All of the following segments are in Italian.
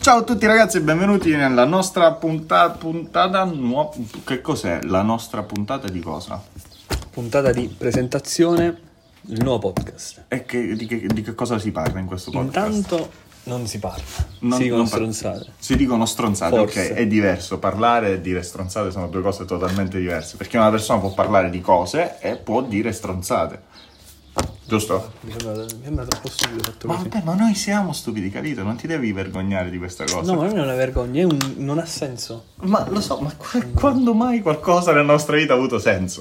Ciao a tutti ragazzi e benvenuti nella nostra puntata nuova. Che cos'è? La nostra puntata di cosa? Puntata di presentazione, il nuovo podcast. E di che cosa si parla in questo podcast? Intanto non si parla, si dicono stronzate. Si dicono stronzate, Forse. ok, è diverso. Parlare e dire stronzate sono due cose totalmente diverse. Perché una persona può parlare di cose e può dire stronzate. Giusto? Mi sembra troppo stupido fatto Ma così. vabbè, ma noi siamo stupidi, capito? Non ti devi vergognare di questa cosa. No, ma non è una vergogna, non ha senso. Ma lo so, ma quando mai qualcosa nella nostra vita ha avuto senso?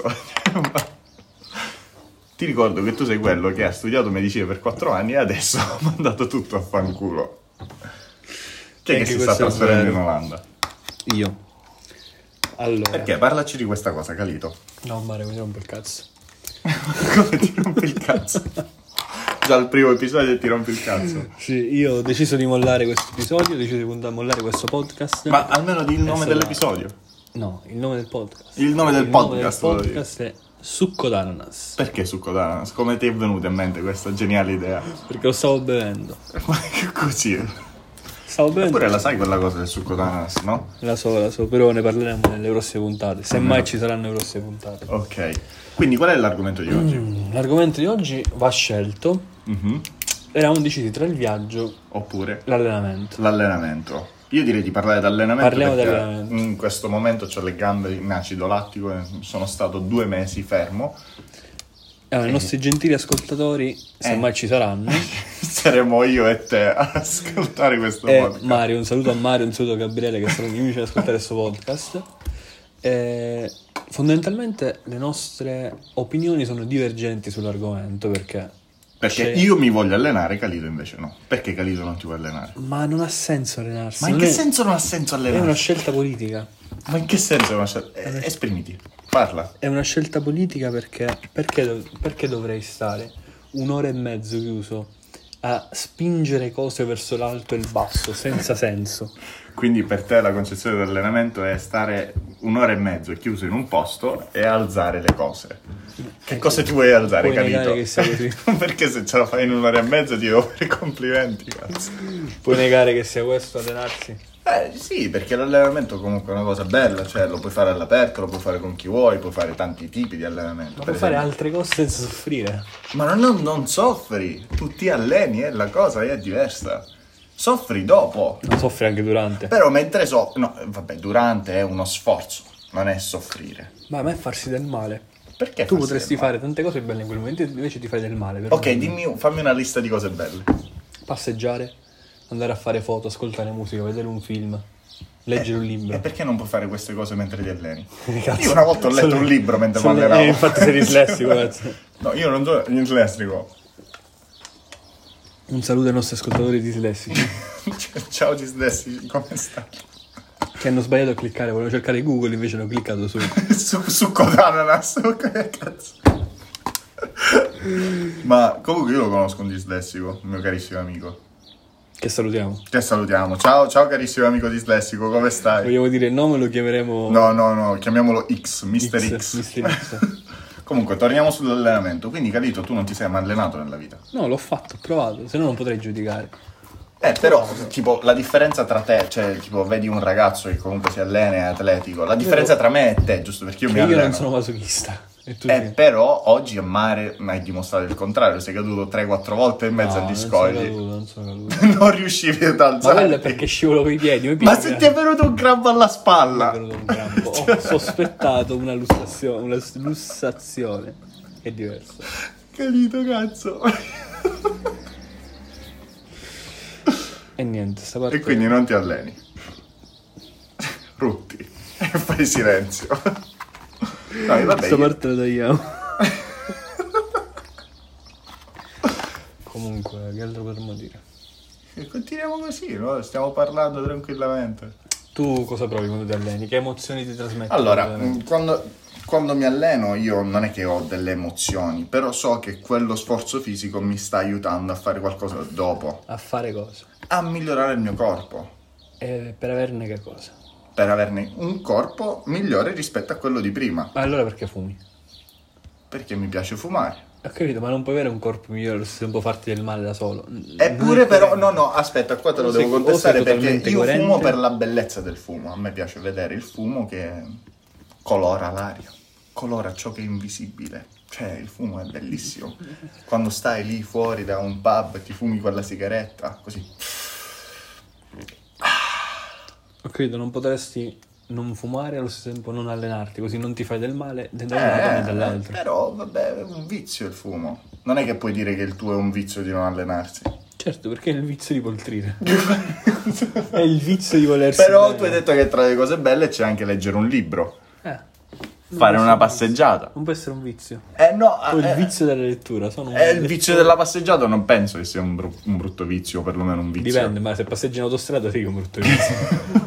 Ti ricordo che tu sei quello che ha studiato medicina per 4 anni e adesso ha mandato tutto a fanculo. Chi è che si sta trasferendo in Olanda? Io. Allora. Perché? Parlaci di questa cosa, Calito. No, Mario, mi rompo il cazzo. Come ti rompi il cazzo? Già al primo episodio ti rompi il cazzo. Sì, io ho deciso di mollare questo episodio, ho deciso di mollare questo podcast. Ma almeno di il nome dell'episodio. No, il nome del podcast. Il nome del podcast, Il nome del podcast è Succo d'ananas. Perché succo d'ananas? Come ti è venuta in mente questa geniale idea? Perché lo stavo bevendo. Ma che così? Stavo bevendo. Eppure la sai quella cosa del succo d'ananas, no? La so, però ne parleremo nelle prossime puntate. Semmai ci saranno le prossime puntate. Ok. Quindi qual è l'argomento di oggi? L'argomento di oggi va scelto. Eravamo decisi tra il viaggio Oppure l'allenamento. l'allenamento. Io direi di parlare d'allenamento. Parliamo perché d'allenamento. in questo momento ho le gambe in acido lattico e sono stato 2 mesi fermo. I nostri gentili ascoltatori, semmai ci saranno. Saremo io e te a ascoltare questo E podcast. Mario, un saluto a Mario, un saluto a Gabriele che sono gli unici ad ascoltare questo podcast. Fondamentalmente le nostre opinioni sono divergenti sull'argomento perché Io mi voglio allenare, Calito invece no. Perché Calito non ti vuoi allenare? ma non ha senso allenarsi. Ma in non che è- senso non ha senso È una allenarsi? scelta politica. Ma in che senso è una scelta? Esprimiti, parla. È una scelta politica perché dovrei stare 1 ora e mezzo chiuso a spingere cose verso l'alto e il basso senza senso. Quindi per te la concezione dell'allenamento è stare 1 ora e mezzo chiuso in un posto e alzare le cose. Che cosa ti vuoi alzare, Puoi capito? negare che sia così? Perché se ce la fai in 1 ora e mezzo ti devo fare complimenti, cazzo. Puoi negare che sia questo allenarsi? Sì, perché l'allenamento comunque è una cosa bella, cioè lo puoi fare all'aperto, lo puoi fare con chi vuoi, puoi fare tanti tipi di allenamento. Ma per puoi fare esempio. altre cose senza soffrire. Ma non soffri, tu ti alleni e la cosa è diversa. Soffri dopo. Non soffri anche durante. Però mentre durante è uno sforzo, non è soffrire. Ma a me è farsi del male. Perché Tu farsi potresti del male? fare tante cose belle in quel momento, invece ti fai del male. Per Ok, fammi una lista di cose belle. Passeggiare, andare a fare foto, ascoltare musica, vedere un film, leggere un libro. E perché non puoi fare queste cose mentre ti alleni? Cazzo. Io una volta ho letto un libro mentre mi allenavo. Infatti sei dislessico, cazzo. No, io non sono dislessico. Un saluto ai nostri ascoltatori dislessici Ciao dislessici, come stai? che hanno sbagliato a cliccare, volevano cercare Google, invece hanno cliccato su. Succo d'ananas, cazzo. Ma comunque io lo conosco un dislessico, un mio carissimo amico. Che salutiamo. Che salutiamo. Ciao carissimo amico dislessico, come stai? Vogliamo dire il nome, lo chiameremo No, chiamiamolo X, Mr. X. Mr. X. Comunque, torniamo sull'allenamento. Quindi, Calito, tu non ti sei mai allenato nella vita. No, l'ho fatto, ho provato, se no non potrei giudicare. Però, tipo, la differenza tra te, cioè, tipo, vedi un ragazzo che comunque si allena, è atletico. La differenza tra me e te, giusto perché io mi Io alleno. non sono masochista. E tu sì. Però oggi a mare mi hai dimostrato il contrario. Sei caduto 3-4 volte in mezzo No, agli scogli. non sono caduto. Non riuscivi ad Ma alzare. quello è perché scivolo coi piedi. Ma se ti è venuto un crampo alla spalla. Mi è venuto un crampo. Ho sospettato una lussazione. È diverso. Calito, cazzo. E niente, sta parte. E quindi non ti alleni. Rutti. E fai silenzio. No, vabbè, Questa parte la tagliamo. Comunque, che altro potremmo dire? continuiamo così, no? Stiamo parlando tranquillamente. Tu cosa provi quando ti alleni? Che emozioni ti trasmetti? Allora, quando mi alleno io non è che ho delle emozioni, però so che quello sforzo fisico mi sta aiutando a fare qualcosa dopo, A fare cosa? a migliorare il mio corpo, E per averne che cosa? per averne un corpo migliore rispetto a quello di prima, Ma allora perché fumi? perché mi piace fumare. Ho capito, ma non puoi avere un corpo migliore allo stesso tempo farti del male da solo. Eppure però, no, aspetta, qua te lo devo contestare perché totalmente io coerente. fumo per la bellezza del fumo. A me piace vedere il fumo che colora l'aria, colora ciò che è invisibile. Cioè, il fumo è bellissimo. Quando stai lì fuori da un pub e ti fumi quella sigaretta, così. Ho capito, non potresti non fumare e allo stesso tempo non allenarti, così non ti fai del male né da un lato né dall'altro. Però, vabbè, è un vizio il fumo. Non è che puoi dire che il tuo è un vizio di non allenarsi. Certo, perché è il vizio di poltrire. È il vizio di volersi Però bene. tu hai detto che tra le cose belle c'è anche leggere un libro, Non fare può una essere un passeggiata. vizio. Non può essere un vizio. No, Poi il vizio della lettura sono un il vizio della passeggiata non penso che sia un brutto vizio, o perlomeno un vizio. Dipende, ma se passeggi in autostrada sì che è un brutto vizio.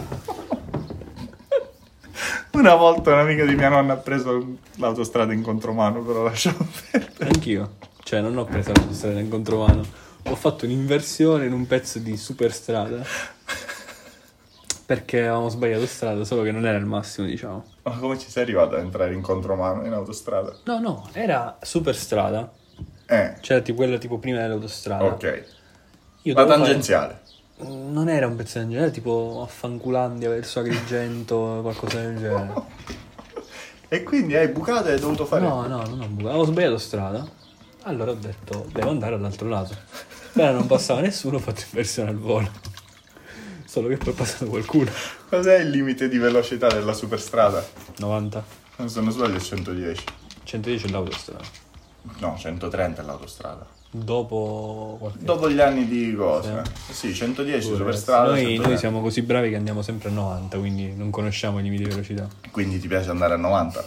Una volta un'amica di mia nonna ha preso l'autostrada in contromano, però lasciamo perdere. Anch'io. Cioè, non ho preso l'autostrada in contromano. Ho fatto un'inversione in un pezzo di superstrada. Perché avevamo sbagliato strada, solo che non era il massimo, diciamo. Ma come ci sei arrivato ad entrare in contromano in autostrada? No, era superstrada. Eh, C'era tipo quella tipo prima dell'autostrada. ok. Io La dovevo fare- tangenziale. Non era un pezzo di genere, era tipo a Fanculandia verso Agrigento, qualcosa del genere. E quindi hai bucato e hai dovuto fare... No, non ho bucato. Avevo sbagliato strada. Allora ho detto, devo andare all'altro lato. Però non passava nessuno, ho fatto inversione al volo. Solo che poi è passato qualcuno. Cos'è il limite di velocità della superstrada? 90. Se non sbaglio è 110. 110 è l'autostrada. No, 130 è l'autostrada. Dopo qualche... Dopo gli anni di cosa? Sì, 110 superstrada. Noi 130. siamo così bravi che andiamo sempre a 90, quindi non conosciamo i limiti di velocità. Quindi ti piace andare a 90?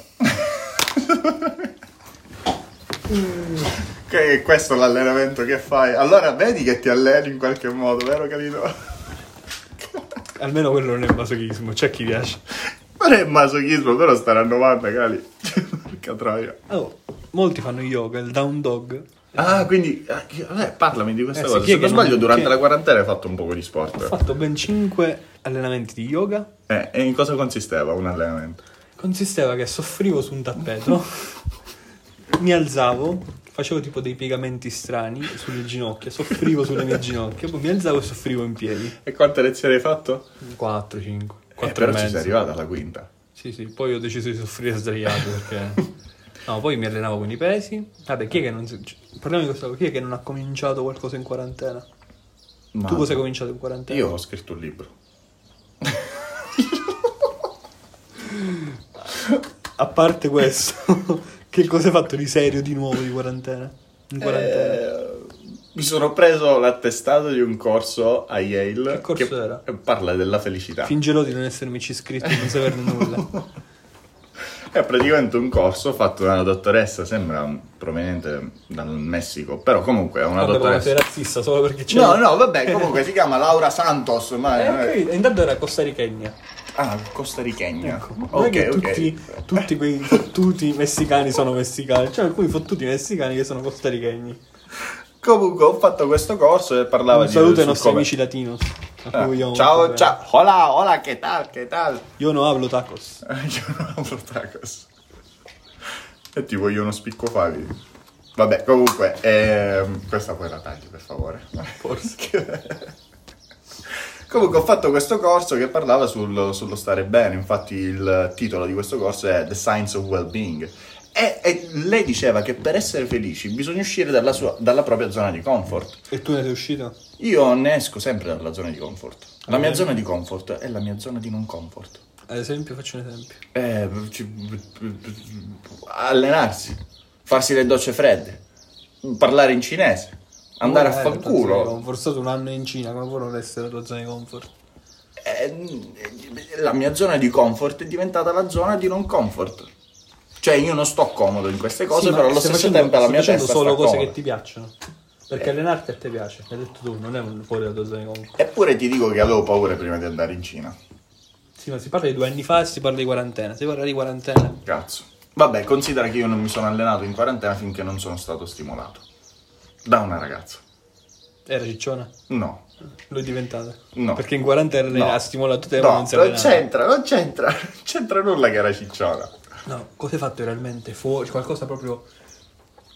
Che questo è l'allenamento che fai. Allora vedi che ti alleni in qualche modo, vero capito? Almeno quello non è masochismo, c'è chi piace. Non è masochismo, però stare a 90, cali. Porca troia. Oh, molti fanno yoga, il down dog. Ah, quindi parlami di questa sì, cosa. chi è Se non che sbaglio, non- durante chi è- la quarantena hai fatto un po' di Ho sport. fatto ben 5 allenamenti di yoga. E in cosa consisteva un allenamento? Consisteva che soffrivo su un tappeto, mi alzavo, facevo tipo dei piegamenti strani sulle ginocchia, soffrivo sulle mie ginocchia, poi mi alzavo e soffrivo in piedi. E quante lezioni hai fatto? 4, 5, 4 Però e ci mezzo. sei arrivata alla quinta. Sì, poi ho deciso di soffrire sdraiato perché... No, poi mi allenavo con i pesi. Vabbè, chi è che non... Parliamo di questa cosa, chi è che non ha cominciato qualcosa in quarantena? Ma Tu cosa hai cominciato in quarantena? io ho scritto un libro. A parte questo, che cosa hai fatto di serio di nuovo di quarantena? In quarantena? Mi sono preso l'attestato di un corso a Yale. Che corso era? Parla della felicità. Fingerò di non essermi iscritto e non saperne nulla. È praticamente un corso fatto da una dottoressa, sembra proveniente dal Messico, però comunque è una Vabbè, ma sei dottoressa. razzista solo perché c'è... No, vabbè, comunque si chiama Laura Santos, ma... E intanto era costarichegna. Ah, costarichegna. Ecco. Non è che tutti quei fottuti messicani sono messicani. C'è alcuni fottuti messicani che sono costarichegni. Comunque ho fatto questo corso e parlava Un saluto ai su nostri come- amici latinos. A cui vogliamo Ciao, molto bene. ciao. Hola, che tal? Io no hablo tacos. Io non ho tacos. E ti voglio uno spicco favi. Vabbè, comunque, questa poi la tagli, per favore. Forse. Comunque ho fatto questo corso che parlava sullo stare bene, infatti il titolo di questo corso è The Science of Well-Being. E lei diceva che per essere felici bisogna uscire dalla propria zona di comfort. E tu ne sei uscito? Io ne esco sempre dalla zona di comfort. La mia zona di comfort è la mia zona di non comfort. Ad esempio, faccio un esempio. Allenarsi, farsi le docce fredde, parlare in cinese, andare a fanculo. Ho forzato un anno in Cina, come può non essere la tua zona di comfort? La mia zona di comfort è diventata la zona di non comfort. Cioè io non sto comodo in queste cose, Sì, però ma allo stai stesso facendo- tempo la mia stai testa facendo sta solo cose comoda. che ti piacciono. Perché allenarti a te piace, l'hai detto tu, non è fuori dalla tua zona di comfort. Eppure ti dico che avevo paura prima di andare in Cina. Sì, ma si parla di 2 anni fa e si parla di quarantena. Si parla di quarantena. Cazzo. Vabbè, considera che io non mi sono allenato in quarantena finché non sono stato stimolato da una ragazza. Era cicciona? No. Lo è diventata? No. Perché in quarantena lei No. ha stimolato te ma No, non si è non allenata. c'entra nulla che era cicciona. No, cosa hai fatto realmente? Fuori, qualcosa proprio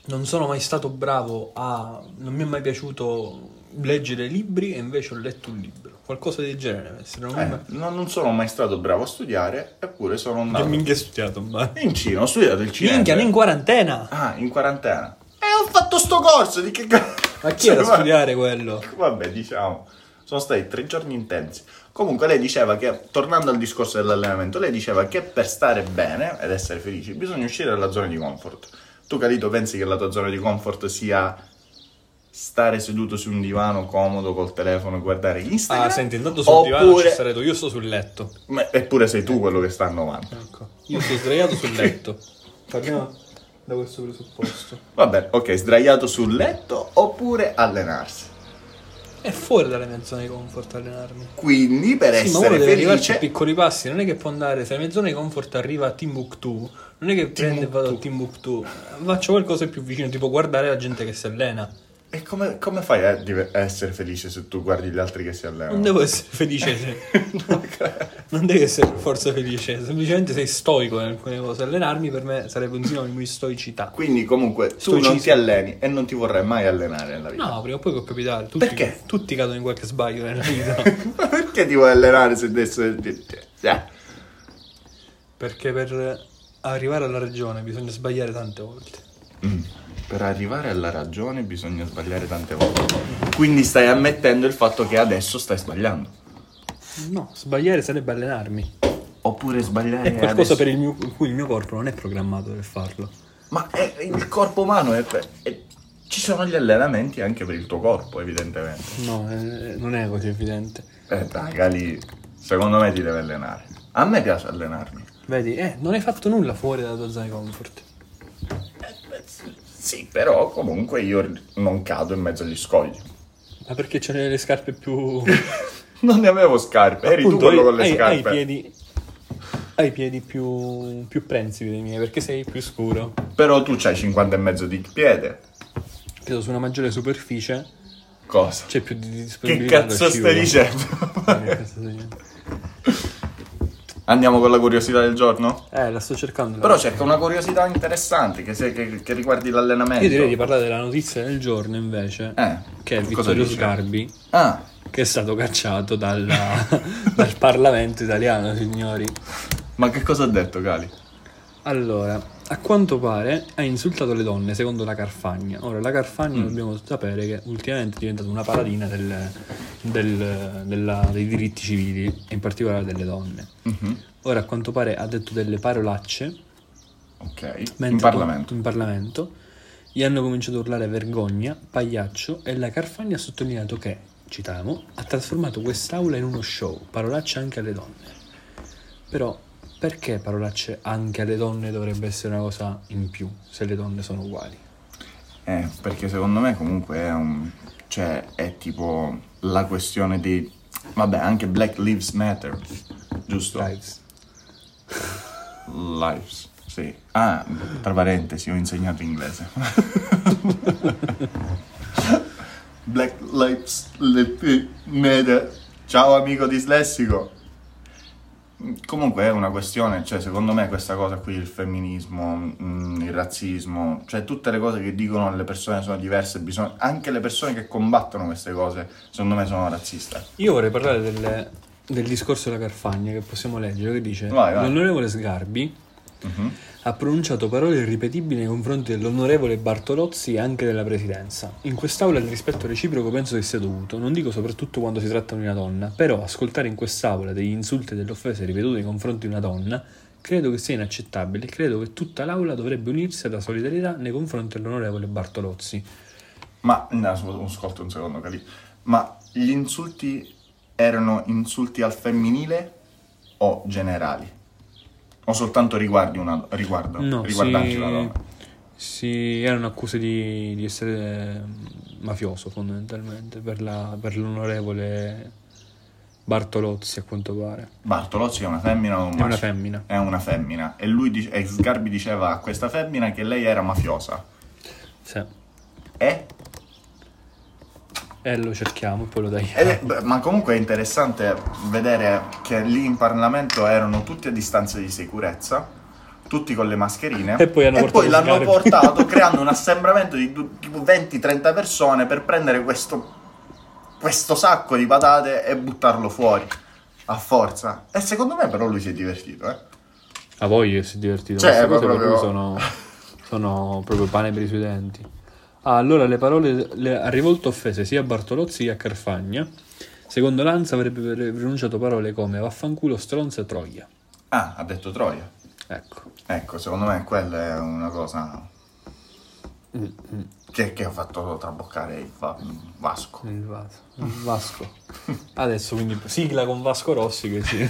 Non sono mai stato bravo non mi è mai piaciuto leggere libri e invece ho letto un libro. Qualcosa del genere deve essere. Non sono mai stato bravo a studiare, eppure sono andato... Che minchia hai studiato, ma... In Cina, ho studiato il cinese. Minchia, in quarantena! Ah, in quarantena. E ho fatto sto corso, di che cazzo? Ma chi era a studiare quello? Vabbè, diciamo, sono stati 3 giorni intensi. Comunque lei diceva che, tornando al discorso dell'allenamento, lei diceva che per stare bene ed essere felici bisogna uscire dalla zona di comfort. Tu, Calito, pensi che la tua zona di comfort sia stare seduto su un divano comodo col telefono e guardare Instagram? Ah, senti, intanto sul divano ci sarei tu, io sto sul letto. Eppure sei tu quello che sta a 90. Ecco, io sto sdraiato sul letto. Parliamo da questo presupposto. Vabbè, ok, sdraiato sul letto oppure allenarsi. È fuori dalle mie zone di comfort allenarmi. Quindi per Sì, ma uno essere deve arrivarci felice... a piccoli passi, non è che può andare, se la mia zona di comfort arriva a Timbuktu, non è che prende e vado a Timbuktu, faccio qualcosa più vicino, tipo guardare la gente che si allena. E come fai a essere felice se tu guardi gli altri che si allenano? Non devo essere felice, non devi essere forza felice, semplicemente sei stoico in alcune cose. Allenarmi per me sarebbe un sinonimo di stoicità. Quindi comunque tu non ti alleni e non ti vorrai mai allenare nella vita. No, prima o poi può capitare. Perché? Tutti cadono in qualche sbaglio nella vita. Ma perché ti vuoi allenare se adesso... Perché per arrivare alla ragione bisogna sbagliare tante volte. Per arrivare alla ragione bisogna sbagliare tante volte. Quindi stai ammettendo il fatto che adesso stai sbagliando. No, sbagliare sarebbe allenarmi. Oppure sbagliare È qualcosa adesso... per cui il mio corpo non è programmato per farlo. Ma il corpo umano ci sono gli allenamenti anche per il tuo corpo, evidentemente. No, non è così evidente. Dai, Gali, secondo me ti devi allenare. A me piace allenarmi. Vedi, non hai fatto nulla fuori dalla tua zona di comfort. Sì, però comunque io non cado in mezzo agli scogli. Ma perché c'è le scarpe più... Non ne avevo scarpe, eri tu quello con le scarpe. Hai i piedi più prensili dei miei, perché sei più scuro. Però tu c'hai 50 e mezzo di piede. Credo su una maggiore superficie Cosa? c'è più di Che disponibilità. cazzo stai dicendo? Andiamo con la curiosità del giorno? La sto cercando. Però cerca una curiosità interessante che riguardi l'allenamento. Io direi di parlare della notizia del giorno invece, che è Vittorio Sgarbi, che è stato cacciato dal Parlamento italiano, signori. Ma che cosa ha detto, Gali? Allora, a quanto pare ha insultato le donne, secondo la Carfagna. Ora, la Carfagna dobbiamo sapere che ultimamente è diventata una paladina dei diritti civili, e in particolare delle donne. Ora, a quanto pare ha detto delle parolacce. Ok, in Parlamento. In Parlamento. Gli hanno cominciato a urlare vergogna, pagliaccio, e la Carfagna ha sottolineato che, citiamo, ha trasformato quest'aula in uno show, parolacce anche alle donne. Però... perché parolacce anche alle donne dovrebbe essere una cosa in più, se le donne sono uguali? Perché secondo me comunque è tipo la questione di... Vabbè, anche Black Lives Matter, giusto? Lives, sì. Ah, tra parentesi, ho insegnato inglese. Black Lives Matter. Ciao amico dislessico. Comunque è una questione, cioè secondo me questa cosa qui, il femminismo, il razzismo, cioè tutte le cose che dicono le persone sono diverse, anche le persone che combattono queste cose, secondo me sono razziste. Io vorrei parlare del discorso della Carfagna, che possiamo leggere, che dice: vai. L'onorevole Sgarbi ha pronunciato parole irripetibili nei confronti dell'onorevole Bartolozzi e anche della presidenza. In quest'aula il rispetto reciproco penso che sia dovuto, non dico soprattutto quando si tratta di una donna, però ascoltare in quest'aula degli insulti e delle offese ripetute nei confronti di una donna credo che sia inaccettabile e credo che tutta l'aula dovrebbe unirsi alla solidarietà nei confronti dell'onorevole Bartolozzi. Ma, ascolta un secondo, Cali. Ma gli insulti erano insulti al femminile o generali? O soltanto riguardanti una donna? Sì, erano accuse di essere mafioso fondamentalmente per l'onorevole Bartolozzi, a quanto pare. Bartolozzi è una femmina o un maschio? È una femmina. È una femmina. E e Sgarbi diceva a questa femmina che lei era mafiosa. Sì. E lo cerchiamo e poi lo dai. Ma comunque è interessante vedere che lì in Parlamento erano tutti a distanza di sicurezza, tutti con le mascherine, E poi l'hanno scarpe. portato creando un assembramento di tipo 20-30 persone per prendere questo sacco di patate e buttarlo fuori a forza. E secondo me però lui si è divertito, A voi che si è divertito. Cioè, Queste cose per proprio- lui sono proprio pane per i suoi denti. Allora le parole ha rivolto offese sia a Bartolozzi che a Carfagna. Secondo Lanza avrebbe pronunciato parole come vaffanculo, stronza, troia. Ah, ha detto Troia. Ecco. Secondo me quella è una cosa che ha fatto traboccare il Vasco. Il Vasco. Adesso quindi sigla con Vasco Rossi che ci...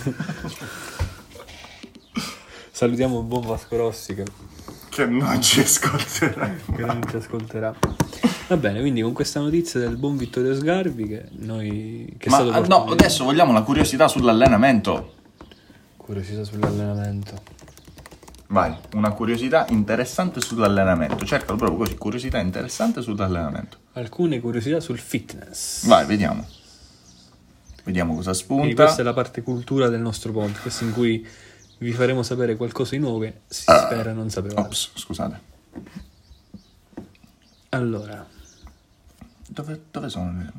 Salutiamo il buon Vasco Rossi Che non ci ascolterà. che non ci ascolterà. Va bene, quindi con questa notizia del buon Vittorio Sgarbi che è Ma stato no, adesso vogliamo la curiosità sull'allenamento. curiosità sull'allenamento. Vai, una curiosità interessante sull'allenamento. Cercalo proprio così, curiosità interessante sull'allenamento. Alcune curiosità sul fitness. Vai, vediamo. Vediamo cosa Quindi spunta. questa è la parte cultura del nostro podcast in cui vi faremo sapere qualcosa di nuovo che si spera non sapevate. Ops, scusate. Allora, Dove sono le...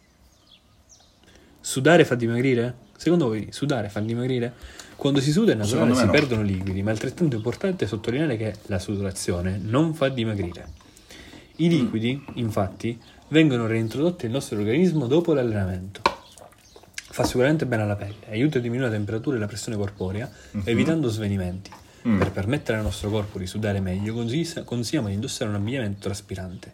sudare fa dimagrire? Secondo voi sudare fa dimagrire? Quando si suda è naturale, Secondo si me no. perdono liquidi, ma è altrettanto importante sottolineare che la sudorazione non fa dimagrire. I liquidi, infatti, vengono reintrodotti nel nostro organismo dopo l'allenamento. Fa sicuramente bene alla pelle, aiuta a diminuire la temperatura e la pressione corporea, evitando svenimenti. Per permettere al nostro corpo di sudare meglio, consigliamo di indossare un abbigliamento traspirante.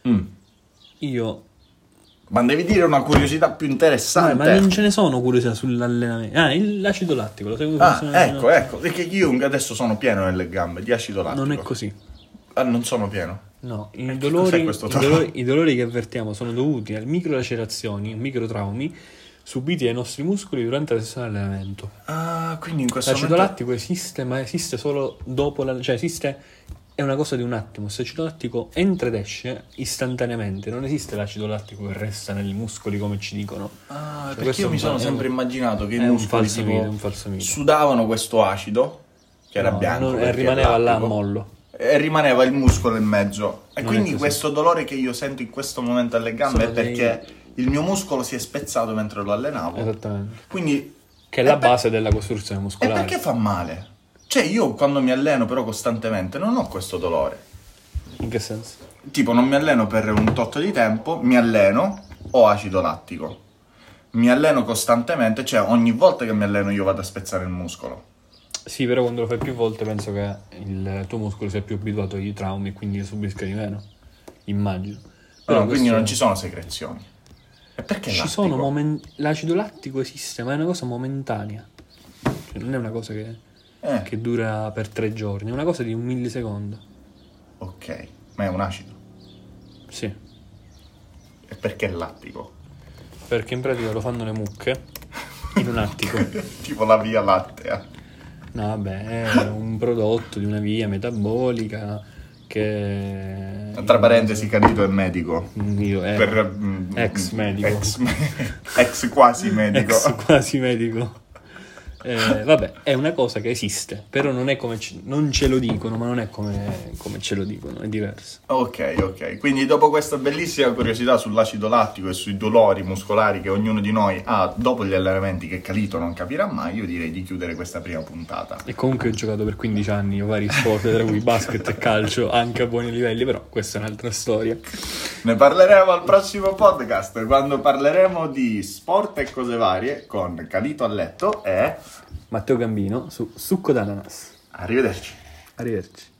Io... Ma devi dire una curiosità più interessante. ma non ce ne sono curiosità sull'allenamento. L'acido lattico, lo sai come funziona? Ecco, perché io adesso sono pieno nelle gambe di acido lattico. Non è così. Ah, non sono pieno. No, cos'è questo dolore? i dolori che avvertiamo sono dovuti a microlacerazioni, microtraumi subiti dai nostri muscoli durante la sessione di allenamento. Ah, quindi in questo L'acido momento... lattico esiste, ma esiste solo dopo cioè esiste, è una cosa di un attimo. Se l'acido lattico entra ed esce istantaneamente, non esiste l'acido lattico che resta nei muscoli come ci dicono. Ah, Cioè, perché questo io mi è sono un- sempre immaginato che i è un muscoli falso tipo, mito, un falso mito. sudavano questo acido, che era No, bianco, e perché rimaneva è là a lattico, mollo. e rimaneva il muscolo in mezzo. E Non è quindi così. questo dolore che io sento in questo momento alle gambe Sono è perché il mio muscolo si è spezzato mentre lo allenavo. Esattamente. Quindi... Che è la base della costruzione E muscolare. perché fa male? Cioè io quando mi alleno però costantemente non ho questo dolore. In che senso? Tipo non mi alleno per un tot di tempo, mi alleno, ho acido lattico. Mi alleno costantemente, cioè ogni volta che mi alleno io vado a spezzare il muscolo. Sì, però quando lo fai più volte penso che il tuo muscolo sia più abituato ai traumi e quindi subisca di meno. Immagino. Però Quindi questo- non ci sono secrezioni. E perché ci lattico? sono l'acido lattico esiste, ma è una cosa momentanea. Cioè, non è una cosa che dura per 3 giorni, è una cosa di un millisecondo. Ok, ma è un acido. Sì, E perché lattico? perché in pratica lo fanno le mucche in un attico. Tipo la via lattea. No, vabbè, è un prodotto di una via metabolica che... Tra parentesi, Canito è medico. Io, ex medico. Ex quasi medico. Ex quasi medico. Vabbè, è una cosa che esiste, però non è come non ce lo dicono, ma non è come ce lo dicono, è diverso. Ok. Quindi dopo questa bellissima curiosità sull'acido lattico e sui dolori muscolari che ognuno di noi ha dopo gli allenamenti che Calito non capirà mai, io direi di chiudere questa prima puntata. E comunque ho giocato per 15 anni vari sport, tra cui basket e calcio, anche a buoni livelli, però questa è un'altra storia. Ne parleremo al prossimo podcast, quando parleremo di sport e cose varie con Calito a letto e... Matteo Gambino su Succo d'ananas. Arrivederci. Arrivederci.